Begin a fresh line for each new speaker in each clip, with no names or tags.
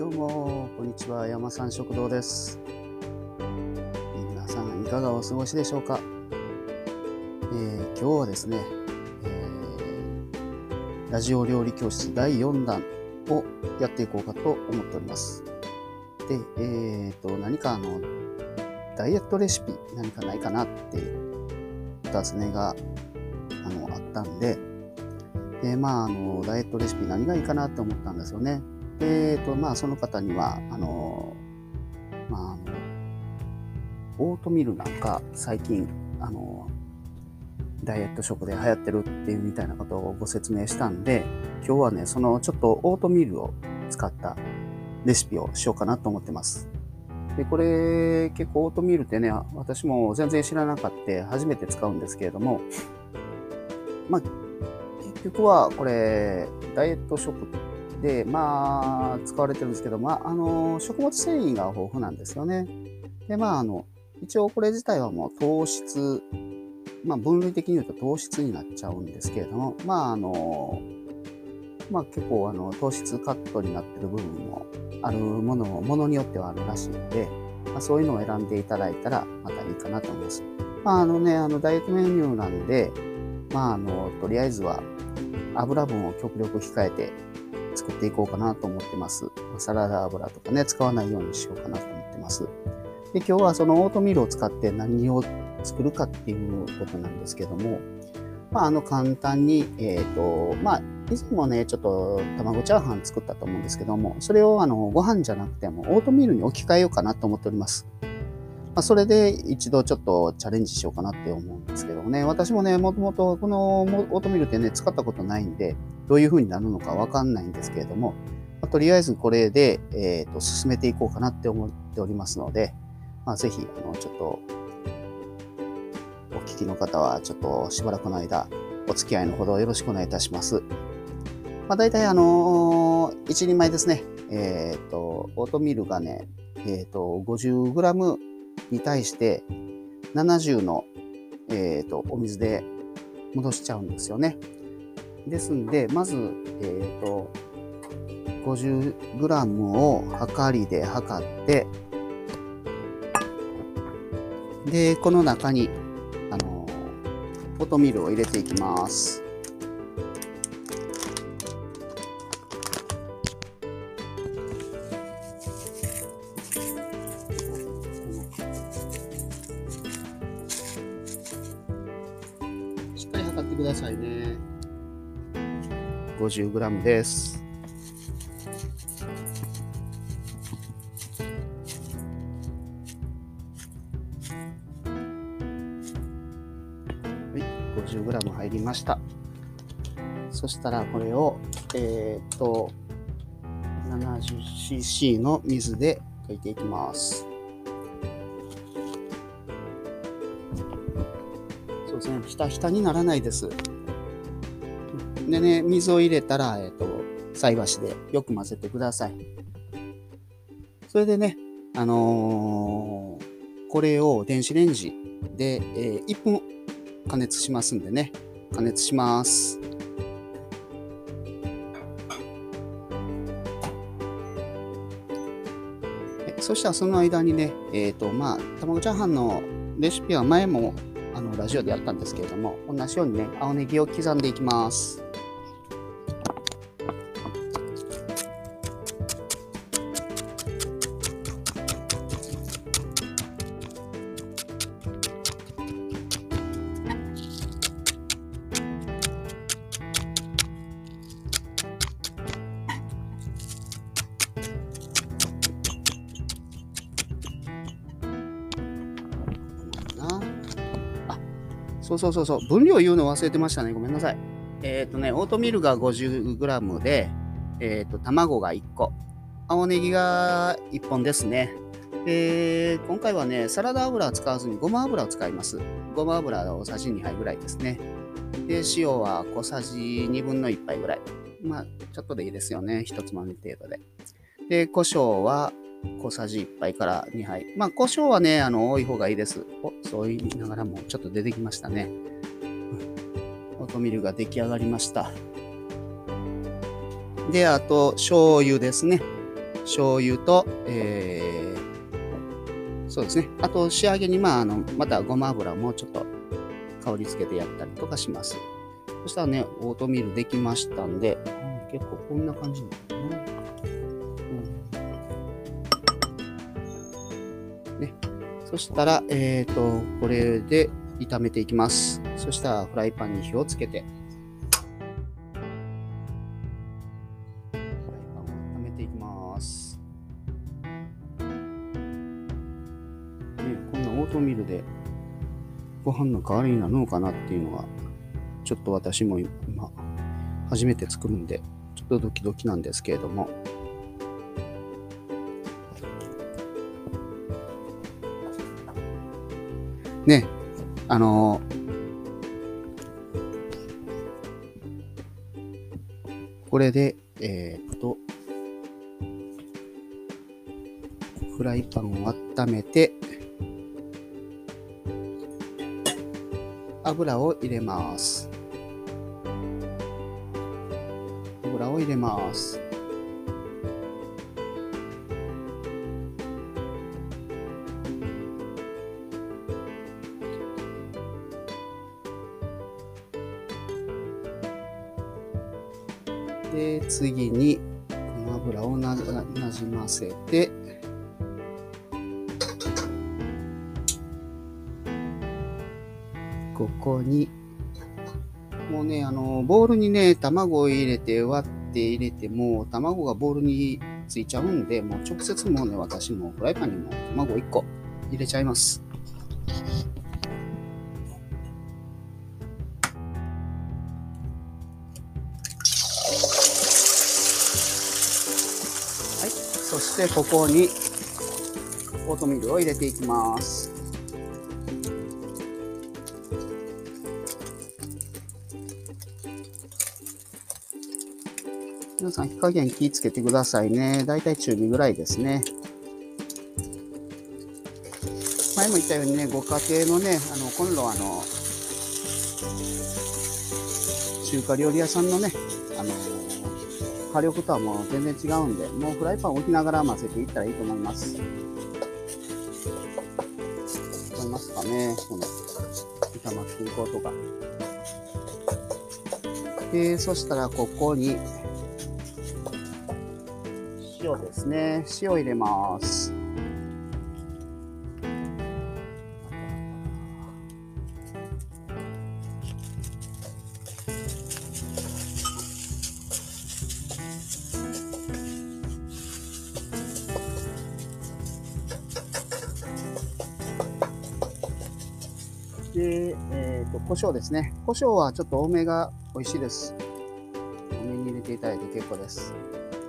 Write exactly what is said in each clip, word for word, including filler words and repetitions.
どうもこんにちは、山さん食堂です。皆さんいかがお過ごしでしょうか。えー、今日はですね、えー、ラジオ料理教室だいよんだんをやっていこうかと思っております。で、えーと何かあのダイエットレシピ何かないかなってお尋ねがあのあったんで、でまああのダイエットレシピ何がいいかなって思ったんですよね。えーとまあその方にはあのまああのオートミールなんか最近あのダイエット食で流行ってるっていうみたいなことをご説明したんで、今日はねそのちょっとオートミールを使ったレシピをしようかなと思ってます。でこれ結構オートミールってね、私も全然知らなかった初めて使うんですけれども、まあ結局はこれダイエット食でまあ使われてるんですけど、まああの食物繊維が豊富なんですよね。でまああの一応これ自体はもう糖質、まあ分類的に言うと糖質になっちゃうんですけれども、まああのまあ結構あの糖質カットになってる部分もあるものもものによってはあるらしいので、まあ、そういうのを選んでいただいたらまたいいかなと思います。まああのねあのダイエットメニューなんで、まああのとりあえずは油分を極力控えて作っていこうかなと思ってます。サラダ油とかね使わないようにしようかなと思ってます。で今日はそのオートミールを使って何を作るかっていうことなんですけども、まああの簡単にえっとまあ以前もねちょっと卵チャーハン作ったと思うんですけども、それをあのご飯じゃなくてもオートミールに置き換えようかなと思っております。まあ、それで一度ちょっとチャレンジしようかなって思うんですけどもね、私もねもともとこのオートミールってね使ったことないんでどういう風になるのかわかんないんですけれども、まあ、とりあえずこれで、えー、と進めていこうかなって思っておりますので、まあ、ぜひあのちょっとお聞きの方はちょっとしばらくの間お付き合いのほどよろしくお願いいたします。まあ、大体あのー、いちにんまえですね、えっ、ー、とオートミールがね、えっ、ー、と ごじゅうグラム に対してななじゅうの、えー、とお水で戻しちゃうんですよね。ですんでまず、えー、と ごじゅうグラム をはかりで測って、でこの中にあのオートミールを入れていきます。しっかり測ってくださいね。 ごじゅうグラム です。ごじゅうグラム 入りました。そしたらこれをえっと ななじゅうシーシー の水で溶いていきます。そうですね、ひたひたにならないです。でね、水を入れたら、えっと菜箸でよく混ぜてください。それでね、あのー、これを電子レンジで、えー、いっぷん加熱しますんでね、加熱します。そしたらその間にね、えっとまあ卵チャーハンのレシピは前もあのラジオでやったんですけれども、同じようにね青ネギを刻んでいきます。そうそうそうそう、分量言うの忘れてましたね。ごめんなさい。えっ、ー、とね、オートミールが ごじゅうグラム で、えっ、ー、と、卵がいっこ、青ネギがいっぽんですね。で、今回はね、サラダ油は使わずにごま油を使います。ごま油が大さじにはいぐらいですね。で、塩は小さじにぶんのいっぱいぐらい。まあ、ちょっとでいいですよね。一つまみ程度で。で、胡椒は小さじいっぱいからにはい。まあ、胡椒はね、あの、多い方がいいです。お、そう言いながらもちょっと出てきましたね。オートミールが出来上がりました。で、あと、醤油ですね。 醤油と、えー、そうですね。あと仕上げに、まあ、あの、またごま油をもうちょっと香りつけてやったりとかします。そしたらね、オートミールできましたんで、うん、結構こんな感じになるね。うん、ね。そしたら、えっと、これで炒めていきます。そしたらフライパンに火をつけて、フライパンを温めていきます。ね、こんなオートミールでご飯の代わりになるのかなっていうのが、ちょっと私も今、初めて作るんで、ちょっとドキドキなんですけれども。ね、あのー、これで、えー、っと、フライパンを温めて、油を入れます。油を入れます。で、次にこの油をな、なじませて、ここに、もうね、あの、ボウルにね、卵を入れて割って入れても、卵がボウルについちゃうんで、もう直接もうね、私もフライパンにも卵いっこ入れちゃいます。はい、そしてここにオートミールを入れていきます。皆さん火加減気をつけてくださいね。だいたい中火ぐらいですね。前も言ったようにね、ご家庭のね、あの、コンロはあの、中華料理屋さんのね、あの、火力とはもう全然違うんで、もうフライパンを置きながら混ぜていったらいいと思います。思いますかね、この炒まっていこうとか。で、そしたらここに、塩ですね。塩入れます。で、えっと、胡椒ですね。胡椒はちょっと多めが美味しいです。多めに入れていただいて結構です。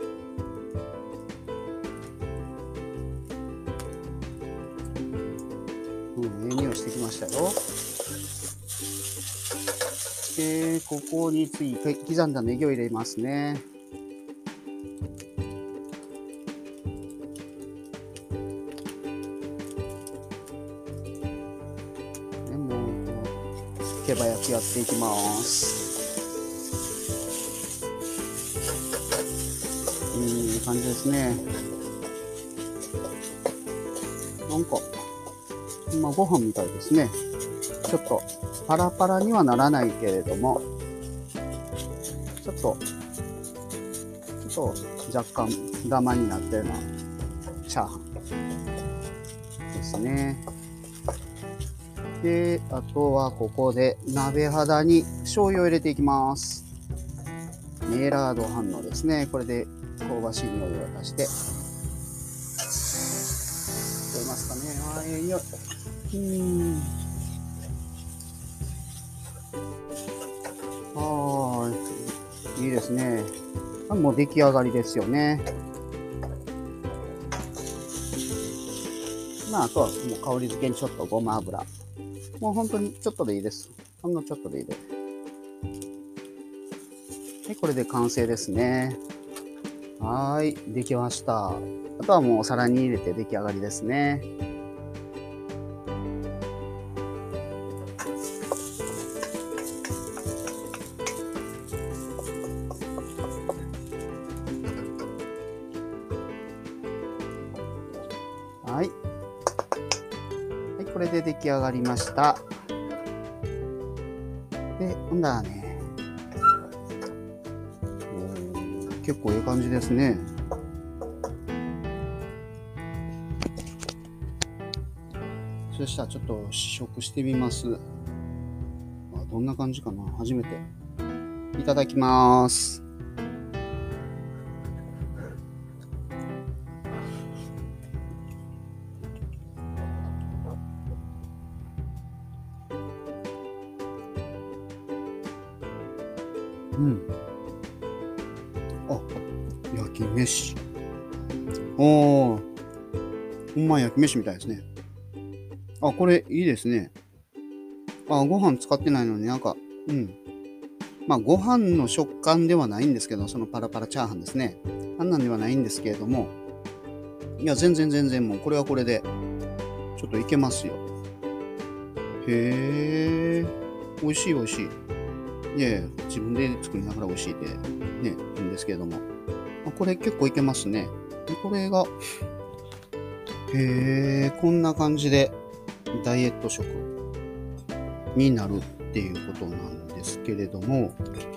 うん、ええ匂いしてきましたよ。で、ここに次、刻んだネギを入れますね。でもう、手早くやっていきます。うん、いい感じですね。なんか、今ご飯みたいですね。ちょっとパラパラにはならないけれども、ちょっと、ちょっと若干ダマになったようなチャーハンですね。で、あとはここで鍋肌に醤油を入れていきます。メイラード反応ですね。これで香ばしい匂いを出して。出ますかね。ああ、いい匂い。うん。ああ、いいですね。もう出来上がりですよね。まあ、あとはもう香り付けにちょっとごま油。もう本当にちょっとでいいです。ほんのちょっとでいいです。はい、これで完成ですね。はい、できました。あとはもうお皿に入れて出来上がりですね。 で出来上がりました。で、今度はね、結構いい感じですね。そしたらちょっと試食してみます。どんな感じかな。初めていただきます。うん。あ、焼き飯。おー、ほんま焼き飯みたいですね。あ、これいいですね。あ、ご飯使ってないのになんか、うん。まあ、ご飯の食感ではないんですけど、そのパラパラチャーハンですね。あんなんではないんですけれども、いや、全然全然もう、これはこれで、ちょっといけますよ。へえ、美味しい美味しい。いやいや、自分で作りながら美味しいってね、いいんですけれども。あ、これ結構いけますね。でこれが、へえ、こんな感じで、ダイエット食になるっていうことなんですけれども、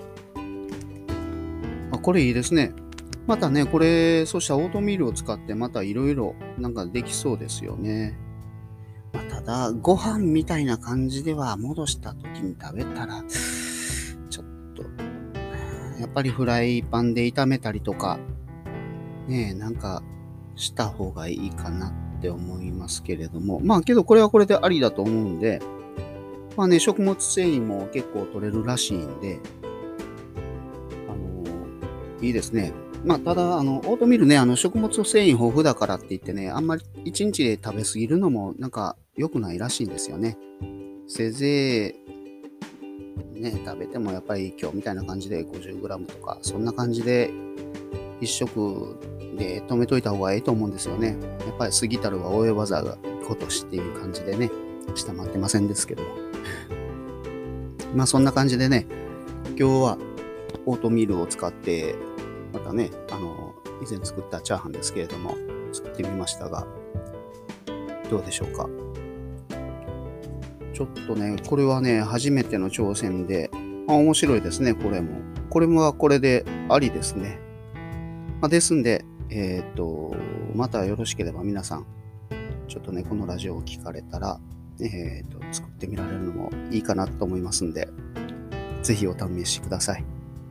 あ、これいいですね。またね、これ、そうしたオートミールを使ってまたいろいろなんかできそうですよね。まあ、ただ、ご飯みたいな感じでは戻した時に食べたら、ちょっと、やっぱりフライパンで炒めたりとか、ねえ、なんかした方がいいかなって思いますけれども、まあけどこれはこれでありだと思うんで、まあね、食物繊維も結構取れるらしいんで、あのーいいですね。まあ、ただ、あの、オートミールね、あの、食物繊維豊富だからって言ってね、あんまり一日で食べ過ぎるのも、なんか、良くないらしいんですよね。せいぜい、ね、食べてもやっぱり今日みたいな感じで ごじゅうグラム とか、そんな感じで、一食で止めといた方がいいと思うんですよね。やっぱり過ぎたるは大江技がことしっていう感じでね、下回ってませんですけども。まあ、そんな感じでね、今日はオートミールを使って、またね、あの、以前作ったチャーハンですけれども、作ってみましたが、どうでしょうか。ちょっとね、これはね、初めての挑戦で、あ、面白いですね、これも。これもこれでありですね。まあ、ですんで、えっと、またよろしければ皆さん、ちょっとね、このラジオを聞かれたら、えっと、作ってみられるのもいいかなと思いますんで、ぜひお試しください。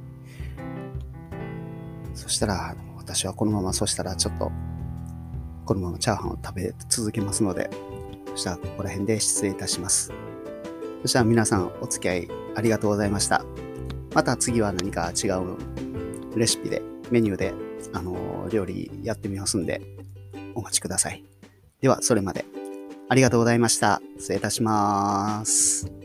そしたら、私はこのまま、そしたらちょっと、このままチャーハンを食べ続けますので、そしたらここら辺で失礼いたします。そしたら皆さんお付き合いありがとうございました。また次は何か違うレシピで、メニューで、あの、料理やってみますんで、お待ちください。では、それまでありがとうございました。失礼いたします。